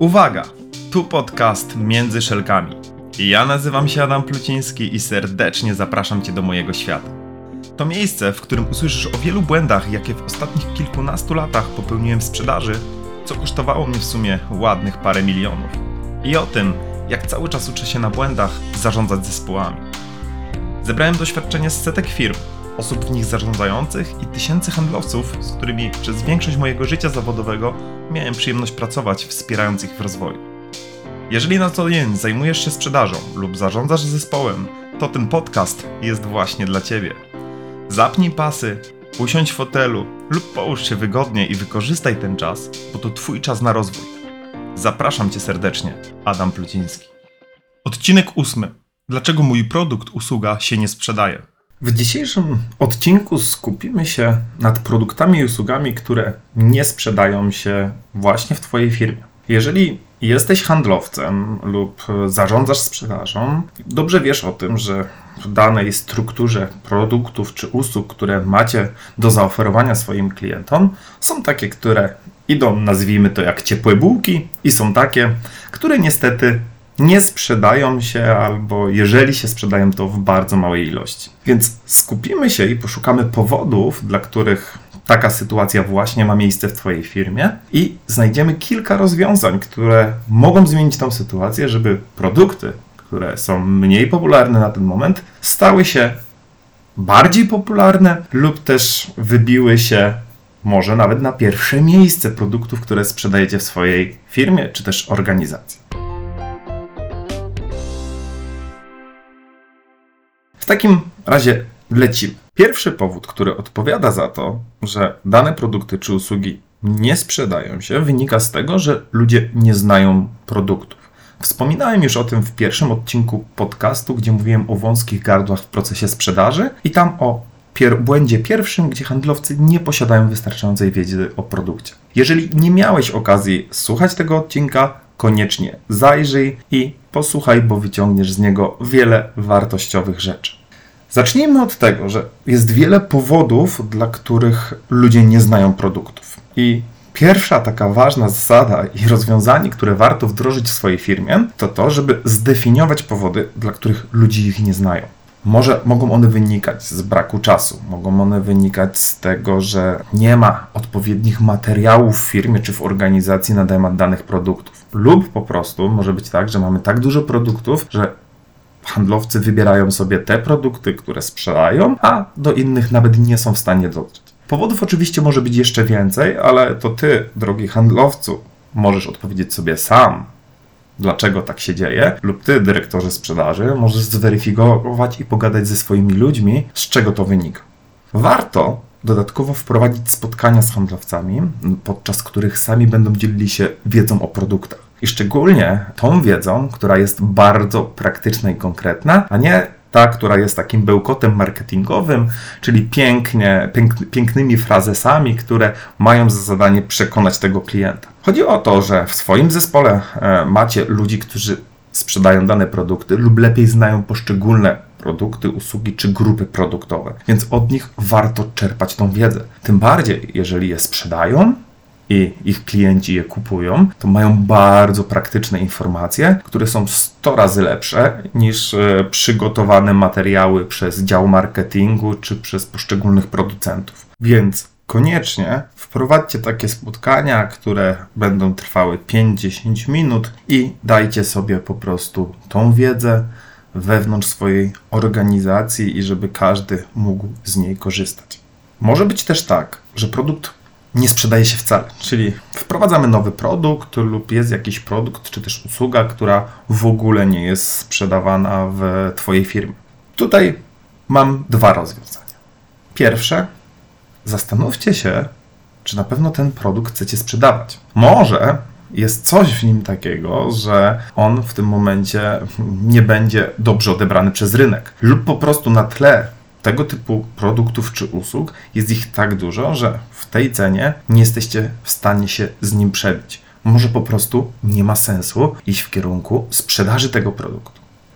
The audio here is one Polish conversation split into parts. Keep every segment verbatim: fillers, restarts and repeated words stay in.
Uwaga! Tu podcast Między Szelkami. Ja nazywam się Adam Pluciński i serdecznie zapraszam Cię do mojego świata. To miejsce, w którym usłyszysz o wielu błędach, jakie w ostatnich kilkunastu latach popełniłem w sprzedaży, co kosztowało mnie w sumie ładnych parę milionów. I o tym, jak cały czas uczę się na błędach zarządzać zespołami. Zebrałem doświadczenie z setek firm, osób w nich zarządzających i tysięcy handlowców, z którymi przez większość mojego życia zawodowego miałem przyjemność pracować, wspierając ich w rozwoju. Jeżeli na co dzień zajmujesz się sprzedażą lub zarządzasz zespołem, to ten podcast jest właśnie dla Ciebie. Zapnij pasy, usiądź w fotelu lub połóż się wygodnie i wykorzystaj ten czas, bo to Twój czas na rozwój. Zapraszam Cię serdecznie, Adam Pluciński. Odcinek ósmy. Dlaczego mój produkt, usługa się nie sprzedaje? W dzisiejszym odcinku skupimy się nad produktami i usługami, które nie sprzedają się właśnie w Twojej firmie. Jeżeli jesteś handlowcem lub zarządzasz sprzedażą, dobrze wiesz o tym, że w danej strukturze produktów czy usług, które macie do zaoferowania swoim klientom, są takie, które idą, nazwijmy to jak ciepłe bułki, i są takie, które niestety nie sprzedają się, albo jeżeli się sprzedają, to w bardzo małej ilości. Więc skupimy się i poszukamy powodów, dla których taka sytuacja właśnie ma miejsce w Twojej firmie i znajdziemy kilka rozwiązań, które mogą zmienić tą sytuację, żeby produkty, które są mniej popularne na ten moment, stały się bardziej popularne lub też wybiły się może nawet na pierwsze miejsce produktów, które sprzedajecie w swojej firmie czy też organizacji. W takim razie lecimy. Pierwszy powód, który odpowiada za to, że dane produkty czy usługi nie sprzedają się, wynika z tego, że ludzie nie znają produktów. Wspominałem już o tym w pierwszym odcinku podcastu, gdzie mówiłem o wąskich gardłach w procesie sprzedaży i tam o pier- błędzie pierwszym, gdzie handlowcy nie posiadają wystarczającej wiedzy o produkcie. Jeżeli nie miałeś okazji słuchać tego odcinka, koniecznie zajrzyj i posłuchaj, bo wyciągniesz z niego wiele wartościowych rzeczy. Zacznijmy od tego, że jest wiele powodów, dla których ludzie nie znają produktów. I pierwsza taka ważna zasada i rozwiązanie, które warto wdrożyć w swojej firmie, to to, żeby zdefiniować powody, dla których ludzie ich nie znają. Może mogą one wynikać z braku czasu, mogą one wynikać z tego, że nie ma odpowiednich materiałów w firmie czy w organizacji na temat danych produktów. Lub po prostu może być tak, że mamy tak dużo produktów, że handlowcy wybierają sobie te produkty, które sprzedają, a do innych nawet nie są w stanie dotrzeć. Powodów oczywiście może być jeszcze więcej, ale to Ty, drogi handlowcu, możesz odpowiedzieć sobie sam, dlaczego tak się dzieje, lub Ty, dyrektorze sprzedaży, możesz zweryfikować i pogadać ze swoimi ludźmi, z czego to wynika. Warto dodatkowo wprowadzić spotkania z handlowcami, podczas których sami będą dzielili się wiedzą o produktach. I szczególnie tą wiedzą, która jest bardzo praktyczna i konkretna, a nie ta, która jest takim bełkotem marketingowym, czyli pięknie, pięk, pięknymi frazesami, które mają za zadanie przekonać tego klienta. Chodzi o to, że w swoim zespole e, macie ludzi, którzy sprzedają dane produkty lub lepiej znają poszczególne produkty, usługi czy grupy produktowe, więc od nich warto czerpać tą wiedzę. Tym bardziej, jeżeli je sprzedają i ich klienci je kupują, to mają bardzo praktyczne informacje, które są sto razy lepsze niż przygotowane materiały przez dział marketingu czy przez poszczególnych producentów. Więc koniecznie wprowadźcie takie spotkania, które będą trwały pięć do dziesięciu minut i dajcie sobie po prostu tą wiedzę wewnątrz swojej organizacji i żeby każdy mógł z niej korzystać. Może być też tak, że produkt nie sprzedaje się wcale, czyli wprowadzamy nowy produkt lub jest jakiś produkt czy też usługa, która w ogóle nie jest sprzedawana w Twojej firmie. Tutaj mam dwa rozwiązania. Pierwsze, zastanówcie się, czy na pewno ten produkt chcecie sprzedawać. Może jest coś w nim takiego, że on w tym momencie nie będzie dobrze odebrany przez rynek lub po prostu na tle tego typu produktów czy usług jest ich tak dużo, że w tej cenie nie jesteście w stanie się z nim przebić. Może po prostu nie ma sensu iść w kierunku sprzedaży tego produktu.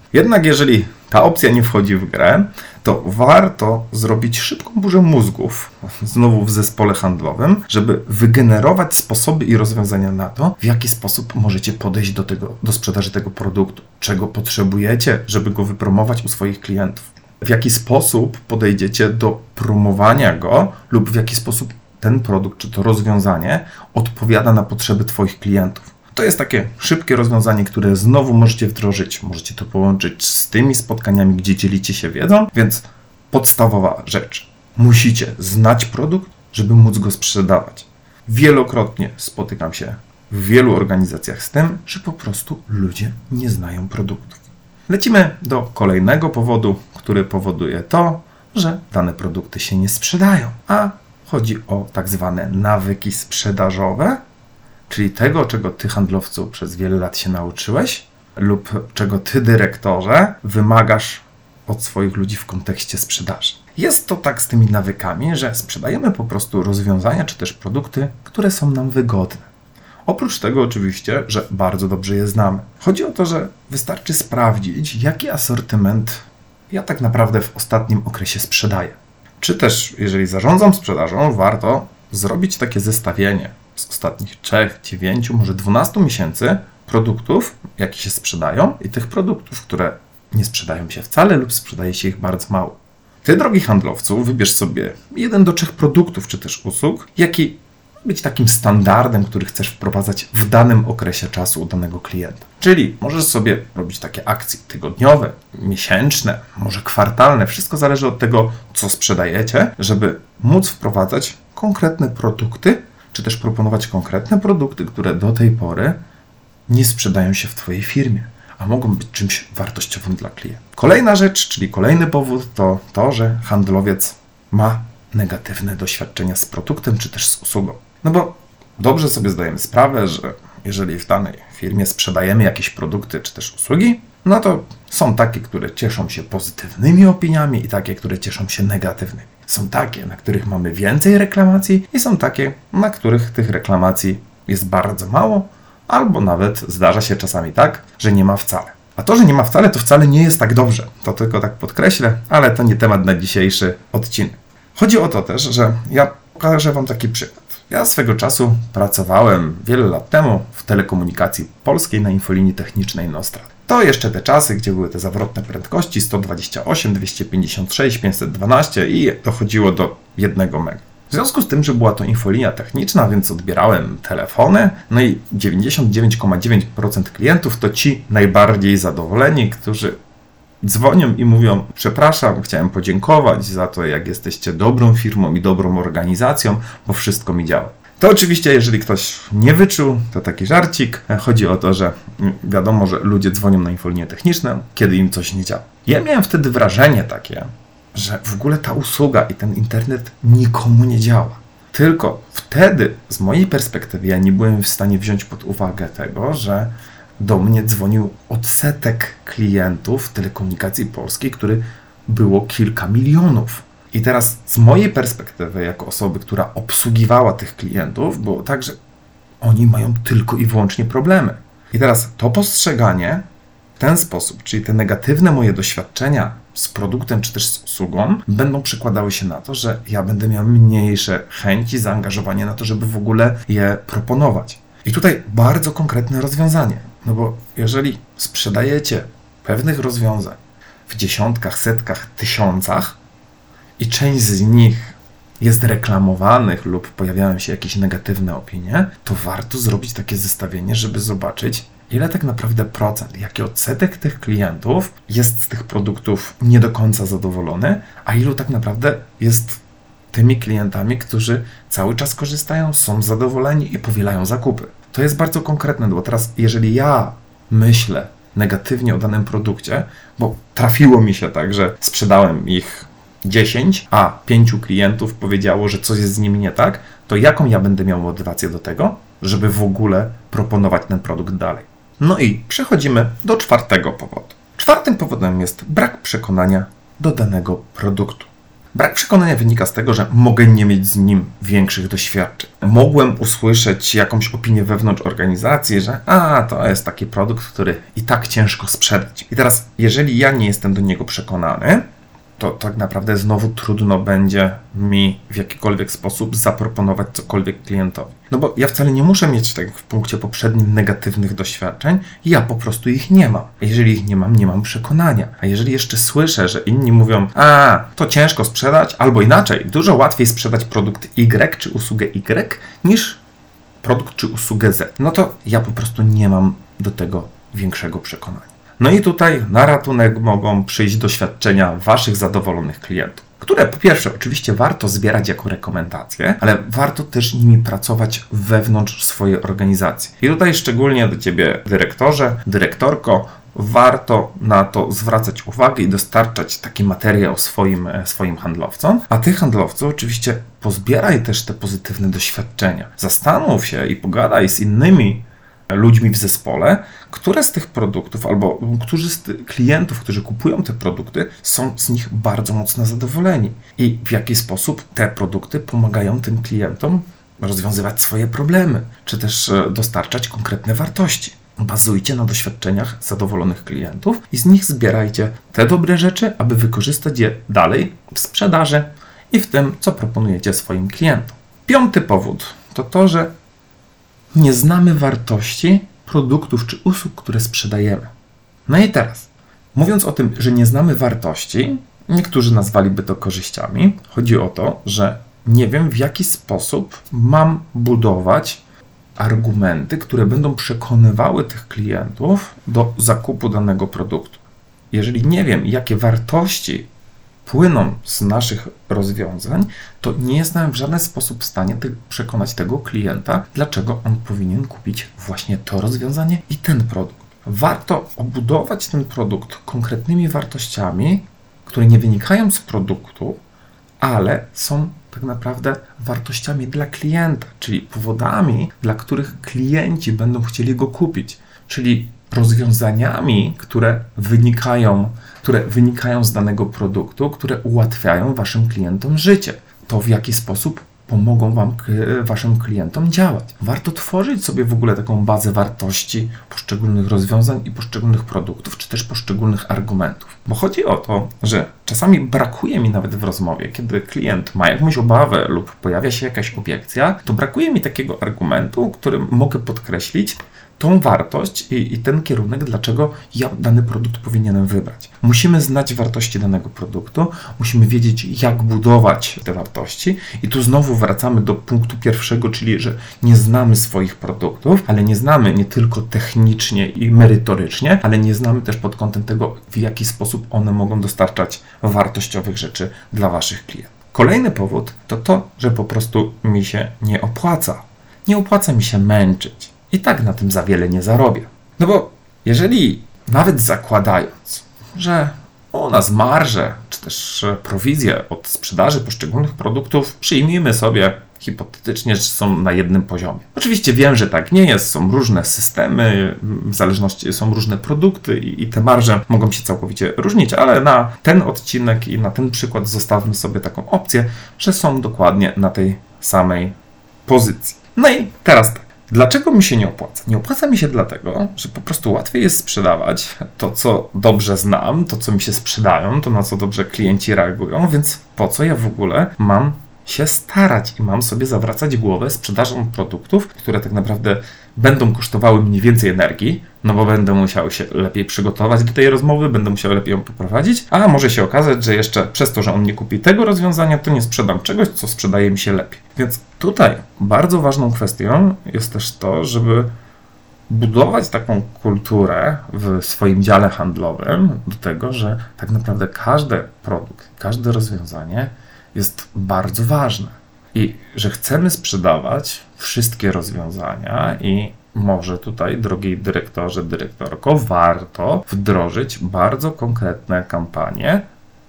Jednak jeżeli ta opcja nie wchodzi w grę, to warto zrobić szybką burzę mózgów, znowu w zespole handlowym, żeby wygenerować sposoby i rozwiązania na to, w jaki sposób możecie podejść do tego, do sprzedaży tego produktu, czego potrzebujecie, żeby go wypromować u swoich klientów, w jaki sposób podejdziecie do promowania go lub w jaki sposób ten produkt czy to rozwiązanie odpowiada na potrzeby Twoich klientów. To jest takie szybkie rozwiązanie, które znowu możecie wdrożyć. Możecie to połączyć z tymi spotkaniami, gdzie dzielicie się wiedzą, więc podstawowa rzecz. Musicie znać produkt, żeby móc go sprzedawać. Wielokrotnie spotykam się w wielu organizacjach z tym, że po prostu ludzie nie znają produktów. Lecimy do kolejnego powodu, który powoduje to, że dane produkty się nie sprzedają, a chodzi o tak zwane nawyki sprzedażowe, czyli tego, czego ty, handlowcu, przez wiele lat się nauczyłeś lub czego ty, dyrektorze, wymagasz od swoich ludzi w kontekście sprzedaży. Jest to tak z tymi nawykami, że sprzedajemy po prostu rozwiązania czy też produkty, które są nam wygodne. Oprócz tego oczywiście, że bardzo dobrze je znamy. Chodzi o to, że wystarczy sprawdzić, jaki asortyment ja tak naprawdę w ostatnim okresie sprzedaję. Czy też, jeżeli zarządzam sprzedażą, warto zrobić takie zestawienie z ostatnich trzech, dziewięciu, może dwunastu miesięcy produktów, jakie się sprzedają i tych produktów, które nie sprzedają się wcale lub sprzedaje się ich bardzo mało. Ty, drogi handlowcu, wybierz sobie jeden do trzech produktów czy też usług, jaki być takim standardem, który chcesz wprowadzać w danym okresie czasu u danego klienta. Czyli możesz sobie robić takie akcje tygodniowe, miesięczne, może kwartalne. Wszystko zależy od tego, co sprzedajecie, żeby móc wprowadzać konkretne produkty, czy też proponować konkretne produkty, które do tej pory nie sprzedają się w Twojej firmie, a mogą być czymś wartościowym dla klienta. Kolejna rzecz, czyli kolejny powód, to to, że handlowiec ma negatywne doświadczenia z produktem, czy też z usługą. No bo dobrze sobie zdajemy sprawę, że jeżeli w danej firmie sprzedajemy jakieś produkty, czy też usługi, no to są takie, które cieszą się pozytywnymi opiniami i takie, które cieszą się negatywnymi. Są takie, na których mamy więcej reklamacji i są takie, na których tych reklamacji jest bardzo mało, albo nawet zdarza się czasami tak, że nie ma wcale. A to, że nie ma wcale, to wcale nie jest tak dobrze. To tylko tak podkreślę, ale to nie temat na dzisiejszy odcinek. Chodzi o to też, że ja pokażę Wam taki przykład. Ja swego czasu pracowałem wiele lat temu w telekomunikacji polskiej na infolinii technicznej Nostrat. To jeszcze te czasy, gdzie były te zawrotne prędkości sto dwadzieścia osiem, dwieście pięćdziesiąt sześć, pięćset dwanaście i dochodziło do jednego mega. W związku z tym, że była to infolinia techniczna, więc odbierałem telefony, no i dziewięćdziesiąt dziewięć przecinek dziewięć procent klientów to ci najbardziej zadowoleni, którzy dzwonią i mówią: przepraszam, chciałem podziękować za to, jak jesteście dobrą firmą i dobrą organizacją, bo wszystko mi działa. To oczywiście, jeżeli ktoś nie wyczuł, to taki żarcik. Chodzi o to, że wiadomo, że ludzie dzwonią na infolinię techniczną, kiedy im coś nie działa. Ja miałem wtedy wrażenie takie, że w ogóle ta usługa i ten internet nikomu nie działa. Tylko wtedy, z mojej perspektywy, ja nie byłem w stanie wziąć pod uwagę tego, że do mnie dzwonił odsetek klientów telekomunikacji polskiej, który było kilka milionów. I teraz z mojej perspektywy, jako osoby, która obsługiwała tych klientów, było tak, że oni mają tylko i wyłącznie problemy. I teraz to postrzeganie w ten sposób, czyli te negatywne moje doświadczenia z produktem czy też z usługą, będą przekładały się na to, że ja będę miał mniejsze chęci, zaangażowanie na to, żeby w ogóle je proponować. I tutaj bardzo konkretne rozwiązanie. No bo jeżeli sprzedajecie pewnych rozwiązań w dziesiątkach, setkach, tysiącach i część z nich jest reklamowanych lub pojawiają się jakieś negatywne opinie, to warto zrobić takie zestawienie, żeby zobaczyć, ile tak naprawdę procent, jaki odsetek tych klientów jest z tych produktów nie do końca zadowolony, a ilu tak naprawdę jest tymi klientami, którzy cały czas korzystają, są zadowoleni i powielają zakupy. To jest bardzo konkretne, bo teraz jeżeli ja myślę negatywnie o danym produkcie, bo trafiło mi się tak, że sprzedałem ich dziesięć, a pięciu klientów powiedziało, że coś jest z nimi nie tak, to jaką ja będę miał motywację do tego, żeby w ogóle proponować ten produkt dalej? No i przechodzimy do czwartego powodu. Czwartym powodem jest brak przekonania do danego produktu. Brak przekonania wynika z tego, że mogę nie mieć z nim większych doświadczeń. Mogłem usłyszeć jakąś opinię wewnątrz organizacji, że a, to jest taki produkt, który i tak ciężko sprzedać. I teraz, jeżeli ja nie jestem do niego przekonany, to tak naprawdę znowu trudno będzie mi w jakikolwiek sposób zaproponować cokolwiek klientowi. No bo ja wcale nie muszę mieć, tak jak w punkcie poprzednim, negatywnych doświadczeń, ja po prostu ich nie mam. Jeżeli ich nie mam, nie mam przekonania. A jeżeli jeszcze słyszę, że inni mówią, a to ciężko sprzedać, albo inaczej, dużo łatwiej sprzedać produkt Y czy usługę Y niż produkt czy usługę Z, no to ja po prostu nie mam do tego większego przekonania. No i tutaj na ratunek mogą przyjść doświadczenia waszych zadowolonych klientów, które po pierwsze oczywiście warto zbierać jako rekomendacje, ale warto też nimi pracować wewnątrz swojej organizacji. I tutaj szczególnie do ciebie, dyrektorze, dyrektorko, warto na to zwracać uwagę i dostarczać taki materiał swoim, swoim handlowcom, a ty, handlowcu, oczywiście pozbieraj też te pozytywne doświadczenia. Zastanów się i pogadaj z innymi ludźmi w zespole, które z tych produktów albo którzy z tych klientów, którzy kupują te produkty, są z nich bardzo mocno zadowoleni i w jaki sposób te produkty pomagają tym klientom rozwiązywać swoje problemy, czy też dostarczać konkretne wartości. Bazujcie na doświadczeniach zadowolonych klientów i z nich zbierajcie te dobre rzeczy, aby wykorzystać je dalej w sprzedaży i w tym, co proponujecie swoim klientom. Piąty powód to to, że nie znamy wartości produktów czy usług, które sprzedajemy. No i teraz, mówiąc o tym, że nie znamy wartości, niektórzy nazwaliby to korzyściami. Chodzi o to, że nie wiem, w jaki sposób mam budować argumenty, które będą przekonywały tych klientów do zakupu danego produktu. Jeżeli nie wiem, jakie wartości płyną z naszych rozwiązań, to nie jestem w żaden sposób w stanie przekonać tego klienta, dlaczego on powinien kupić właśnie to rozwiązanie i ten produkt. Warto obudować ten produkt konkretnymi wartościami, które nie wynikają z produktu, ale są tak naprawdę wartościami dla klienta, czyli powodami, dla których klienci będą chcieli go kupić, czyli rozwiązaniami, które wynikają, które wynikają z danego produktu, które ułatwiają waszym klientom życie. To, w jaki sposób pomogą wam, waszym klientom działać. Warto tworzyć sobie w ogóle taką bazę wartości poszczególnych rozwiązań i poszczególnych produktów, czy też poszczególnych argumentów. Bo chodzi o to, że czasami brakuje mi nawet w rozmowie, kiedy klient ma jakąś obawę lub pojawia się jakaś obiekcja, to brakuje mi takiego argumentu, którym mogę podkreślić tą wartość i, i ten kierunek, dlaczego ja dany produkt powinienem wybrać. Musimy znać wartości danego produktu, musimy wiedzieć, jak budować te wartości i tu znowu wracamy do punktu pierwszego, czyli że nie znamy swoich produktów, ale nie znamy nie tylko technicznie i merytorycznie, ale nie znamy też pod kątem tego, w jaki sposób one mogą dostarczać wartościowych rzeczy dla waszych klientów. Kolejny powód to to, że po prostu mi się nie opłaca. Nie opłaca mi się męczyć. I tak na tym za wiele nie zarobię. No bo jeżeli nawet zakładając, że u nas marże, czy też prowizje od sprzedaży poszczególnych produktów przyjmijmy sobie hipotetycznie, że są na jednym poziomie. Oczywiście wiem, że tak nie jest, są różne systemy, w zależności są różne produkty i, i te marże mogą się całkowicie różnić, ale na ten odcinek i na ten przykład zostawmy sobie taką opcję, że są dokładnie na tej samej pozycji. No i teraz tak. Dlaczego mi się nie opłaca? Nie opłaca mi się dlatego, że po prostu łatwiej jest sprzedawać to, co dobrze znam, to, co mi się sprzedają, to, na co dobrze klienci reagują, więc po co ja w ogóle mam się starać i mam sobie zawracać głowę sprzedażą produktów, które tak naprawdę będą kosztowały mniej więcej energii, no bo będę musiał się lepiej przygotować do tej rozmowy, będę musiał lepiej ją poprowadzić, a może się okazać, że jeszcze przez to, że on nie kupi tego rozwiązania, to nie sprzedam czegoś, co sprzedaje mi się lepiej. Więc tutaj bardzo ważną kwestią jest też to, żeby budować taką kulturę w swoim dziale handlowym do tego, że tak naprawdę każdy produkt, każde rozwiązanie jest bardzo ważne i że chcemy sprzedawać wszystkie rozwiązania i może tutaj, drogi dyrektorze, dyrektorko, warto wdrożyć bardzo konkretne kampanie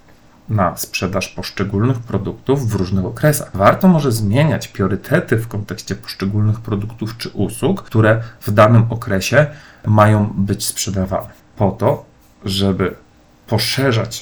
na sprzedaż poszczególnych produktów w różnych okresach. Warto może zmieniać priorytety w kontekście poszczególnych produktów czy usług, które w danym okresie mają być sprzedawane, po to, żeby poszerzać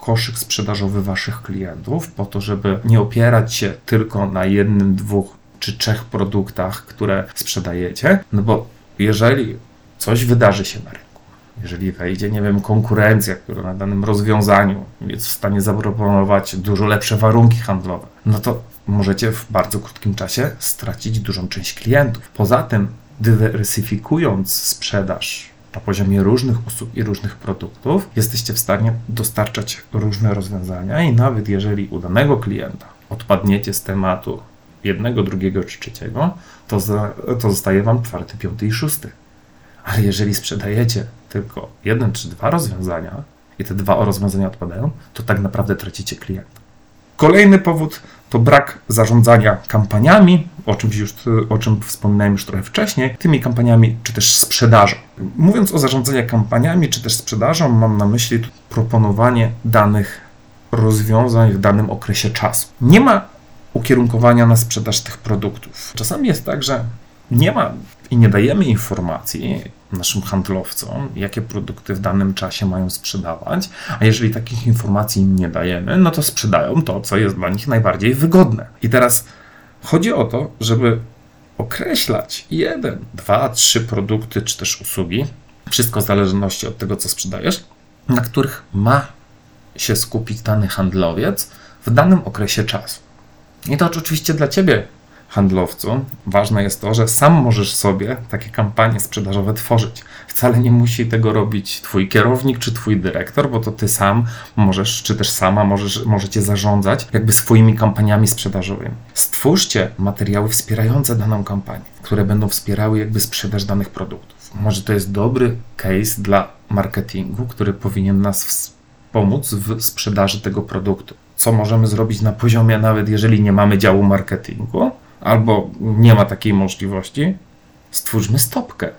koszyk sprzedażowy waszych klientów, po to, żeby nie opierać się tylko na jednym, dwóch czy trzech produktach, które sprzedajecie, no bo jeżeli coś wydarzy się na rynku, jeżeli wejdzie, nie wiem, konkurencja, która na danym rozwiązaniu jest w stanie zaproponować dużo lepsze warunki handlowe, no to możecie w bardzo krótkim czasie stracić dużą część klientów. Poza tym, dywersyfikując sprzedaż na poziomie różnych usług i różnych produktów, jesteście w stanie dostarczać różne rozwiązania i nawet jeżeli u danego klienta odpadniecie z tematu jednego, drugiego czy trzeciego, to, za, to zostaje wam czwarty, piąty i szósty. Ale jeżeli sprzedajecie tylko jeden czy dwa rozwiązania i te dwa rozwiązania odpadają, to tak naprawdę tracicie klienta. Kolejny powód to brak zarządzania kampaniami, o czym, już, o czym wspominałem już trochę wcześniej, tymi kampaniami czy też sprzedażą. Mówiąc o zarządzaniu kampaniami czy też sprzedażą, mam na myśli proponowanie danych rozwiązań w danym okresie czasu. Nie ma ukierunkowania na sprzedaż tych produktów. Czasami jest tak, że nie ma i nie dajemy informacji naszym handlowcom, jakie produkty w danym czasie mają sprzedawać, a jeżeli takich informacji im nie dajemy, no to sprzedają to, co jest dla nich najbardziej wygodne. I teraz chodzi o to, żeby określać jeden, dwa, trzy produkty, czy też usługi, wszystko w zależności od tego, co sprzedajesz, na których ma się skupić dany handlowiec w danym okresie czasu. I to oczywiście dla Ciebie, handlowcu, ważne jest to, że sam możesz sobie takie kampanie sprzedażowe tworzyć. Wcale nie musi tego robić Twój kierownik czy Twój dyrektor, bo to Ty sam możesz, czy też sama możesz, możecie zarządzać jakby swoimi kampaniami sprzedażowymi. Stwórzcie materiały wspierające daną kampanię, które będą wspierały jakby sprzedaż danych produktów. Może to jest dobry case dla marketingu, który powinien nas pomóc w sprzedaży tego produktu. Co możemy zrobić na poziomie, nawet jeżeli nie mamy działu marketingu, albo nie ma takiej możliwości, stwórzmy stopkę.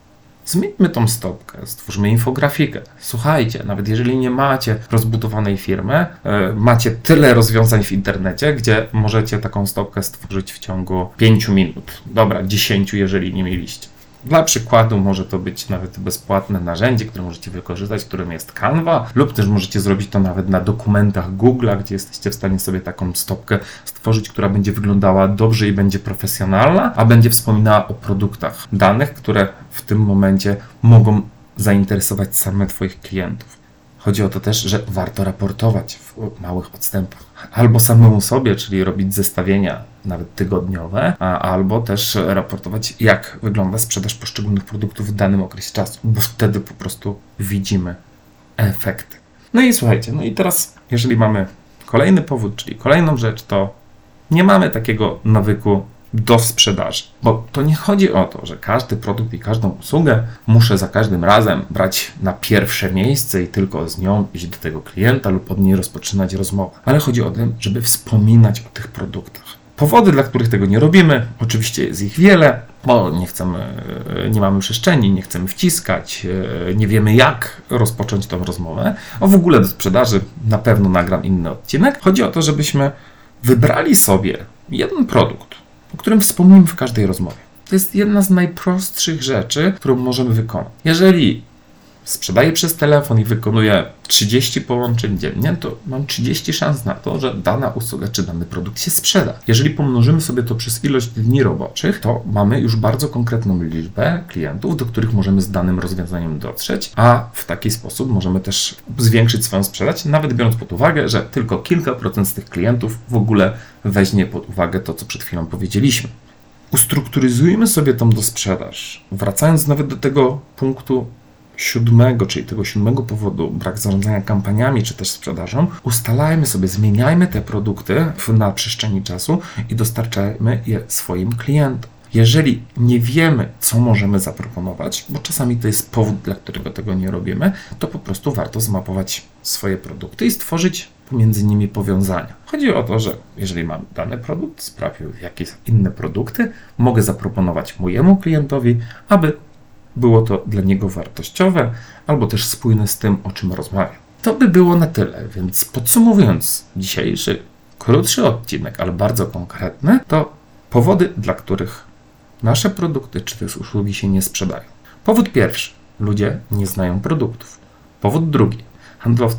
Zmieńmy tą stopkę, stwórzmy infografikę. Słuchajcie, nawet jeżeli nie macie rozbudowanej firmy, yy, macie tyle rozwiązań w internecie, gdzie możecie taką stopkę stworzyć w ciągu pięciu minut. Dobra, dziesięciu, jeżeli nie mieliście. Dla przykładu może to być nawet bezpłatne narzędzie, które możecie wykorzystać, którym jest Canva, lub też możecie zrobić to nawet na dokumentach Google'a, gdzie jesteście w stanie sobie taką stopkę stworzyć, która będzie wyglądała dobrze i będzie profesjonalna, a będzie wspominała o produktach danych, które w tym momencie mogą zainteresować same Twoich klientów. Chodzi o to też, że warto raportować w małych odstępach. Albo samemu sobie, czyli robić zestawienia nawet tygodniowe, a, albo też raportować, jak wygląda sprzedaż poszczególnych produktów w danym okresie czasu, bo wtedy po prostu widzimy efekty. No i słuchajcie, no i teraz jeżeli mamy kolejny powód, czyli kolejną rzecz, to nie mamy takiego nawyku do sprzedaży. Bo to nie chodzi o to, że każdy produkt i każdą usługę muszę za każdym razem brać na pierwsze miejsce i tylko z nią iść do tego klienta lub od niej rozpoczynać rozmowę. Ale chodzi o to, żeby wspominać o tych produktach. Powody, dla których tego nie robimy, oczywiście jest ich wiele, bo nie chcemy, nie mamy przestrzeni, nie chcemy wciskać, nie wiemy jak rozpocząć tą rozmowę. A w ogóle do sprzedaży na pewno nagram inny odcinek. Chodzi o to, żebyśmy wybrali sobie jeden produkt, o którym wspomnimy w każdej rozmowie. To jest jedna z najprostszych rzeczy, którą możemy wykonać. Jeżeli sprzedaję przez telefon i wykonuję trzydzieści połączeń dziennie, to mam trzydzieści szans na to, że dana usługa czy dany produkt się sprzeda. Jeżeli pomnożymy sobie to przez ilość dni roboczych, to mamy już bardzo konkretną liczbę klientów, do których możemy z danym rozwiązaniem dotrzeć, a w taki sposób możemy też zwiększyć swoją sprzedaż, nawet biorąc pod uwagę, że tylko kilka procent z tych klientów w ogóle weźmie pod uwagę to, co przed chwilą powiedzieliśmy. Ustrukturyzujmy sobie tą dosprzedaż. Wracając nawet do tego punktu siódmego, czyli tego siódmego powodu, brak zarządzania kampaniami czy też sprzedażą, ustalajmy sobie, zmieniajmy te produkty na przestrzeni czasu i dostarczajmy je swoim klientom. Jeżeli nie wiemy, co możemy zaproponować, bo czasami to jest powód, dla którego tego nie robimy, to po prostu warto zmapować swoje produkty i stworzyć pomiędzy nimi powiązania. Chodzi o to, że jeżeli mam dany produkt, sprawił jakieś inne produkty, mogę zaproponować mojemu klientowi, aby było to dla niego wartościowe, albo też spójne z tym, o czym rozmawiam. To by było na tyle, więc podsumowując dzisiejszy, krótszy odcinek, ale bardzo konkretny, to powody, dla których nasze produkty czy też usługi się nie sprzedają. Powód pierwszy. Ludzie nie znają produktów. Powód drugi. Handlowcy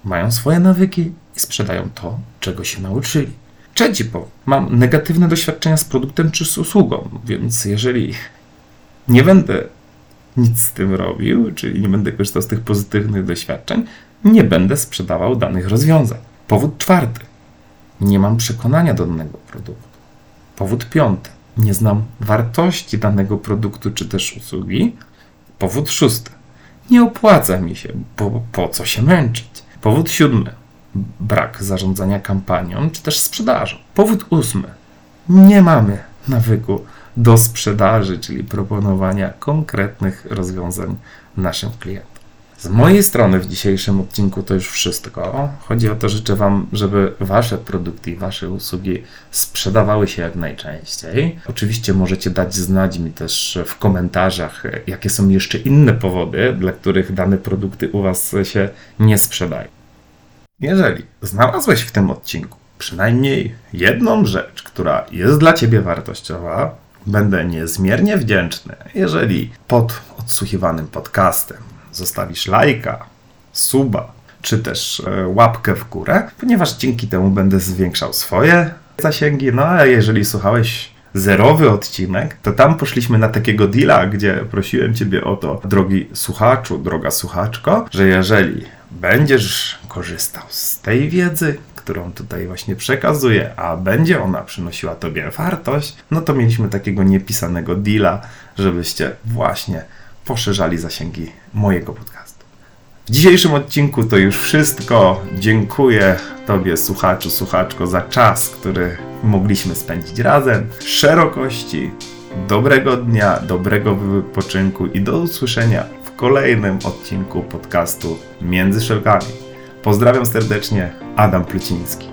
mają swoje nawyki i sprzedają to, czego się nauczyli. Trzeci powód. Mam negatywne doświadczenia z produktem czy z usługą, więc jeżeli nie będę nic z tym robił, czyli nie będę korzystał z tych pozytywnych doświadczeń, nie będę sprzedawał danych rozwiązań. Powód czwarty. Nie mam przekonania do danego produktu. Powód piąty. Nie znam wartości danego produktu czy też usługi. Powód szósty. Nie opłaca mi się, bo po co się męczyć? Powód siódmy. Brak zarządzania kampanią czy też sprzedażą. Powód ósmy. Nie mamy nawyku do sprzedaży, czyli proponowania konkretnych rozwiązań naszym klientom. Z mojej strony w dzisiejszym odcinku to już wszystko. Chodzi o to, życzę Wam, żeby Wasze produkty i Wasze usługi sprzedawały się jak najczęściej. Oczywiście możecie dać znać mi też w komentarzach, jakie są jeszcze inne powody, dla których dane produkty u Was się nie sprzedają. Jeżeli znalazłeś w tym odcinku przynajmniej jedną rzecz, która jest dla Ciebie wartościowa, będę niezmiernie wdzięczny, jeżeli pod odsłuchiwanym podcastem zostawisz lajka, suba, czy też łapkę w górę, ponieważ dzięki temu będę zwiększał swoje zasięgi. No a jeżeli słuchałeś zerowy odcinek, to tam poszliśmy na takiego deala, gdzie prosiłem Ciebie o to, drogi słuchaczu, droga słuchaczko, że jeżeli będziesz korzystał z tej wiedzy, którą tutaj właśnie przekazuję, a będzie ona przynosiła Tobie wartość, no to mieliśmy takiego niepisanego deala, żebyście właśnie poszerzali zasięgi mojego podcastu. W dzisiejszym odcinku to już wszystko. Dziękuję Tobie, słuchaczu, słuchaczko, za czas, który mogliśmy spędzić razem. Szerokości, dobrego dnia, dobrego wypoczynku i do usłyszenia w kolejnym odcinku podcastu Między Szelkami. Pozdrawiam serdecznie, Adam Pluciński.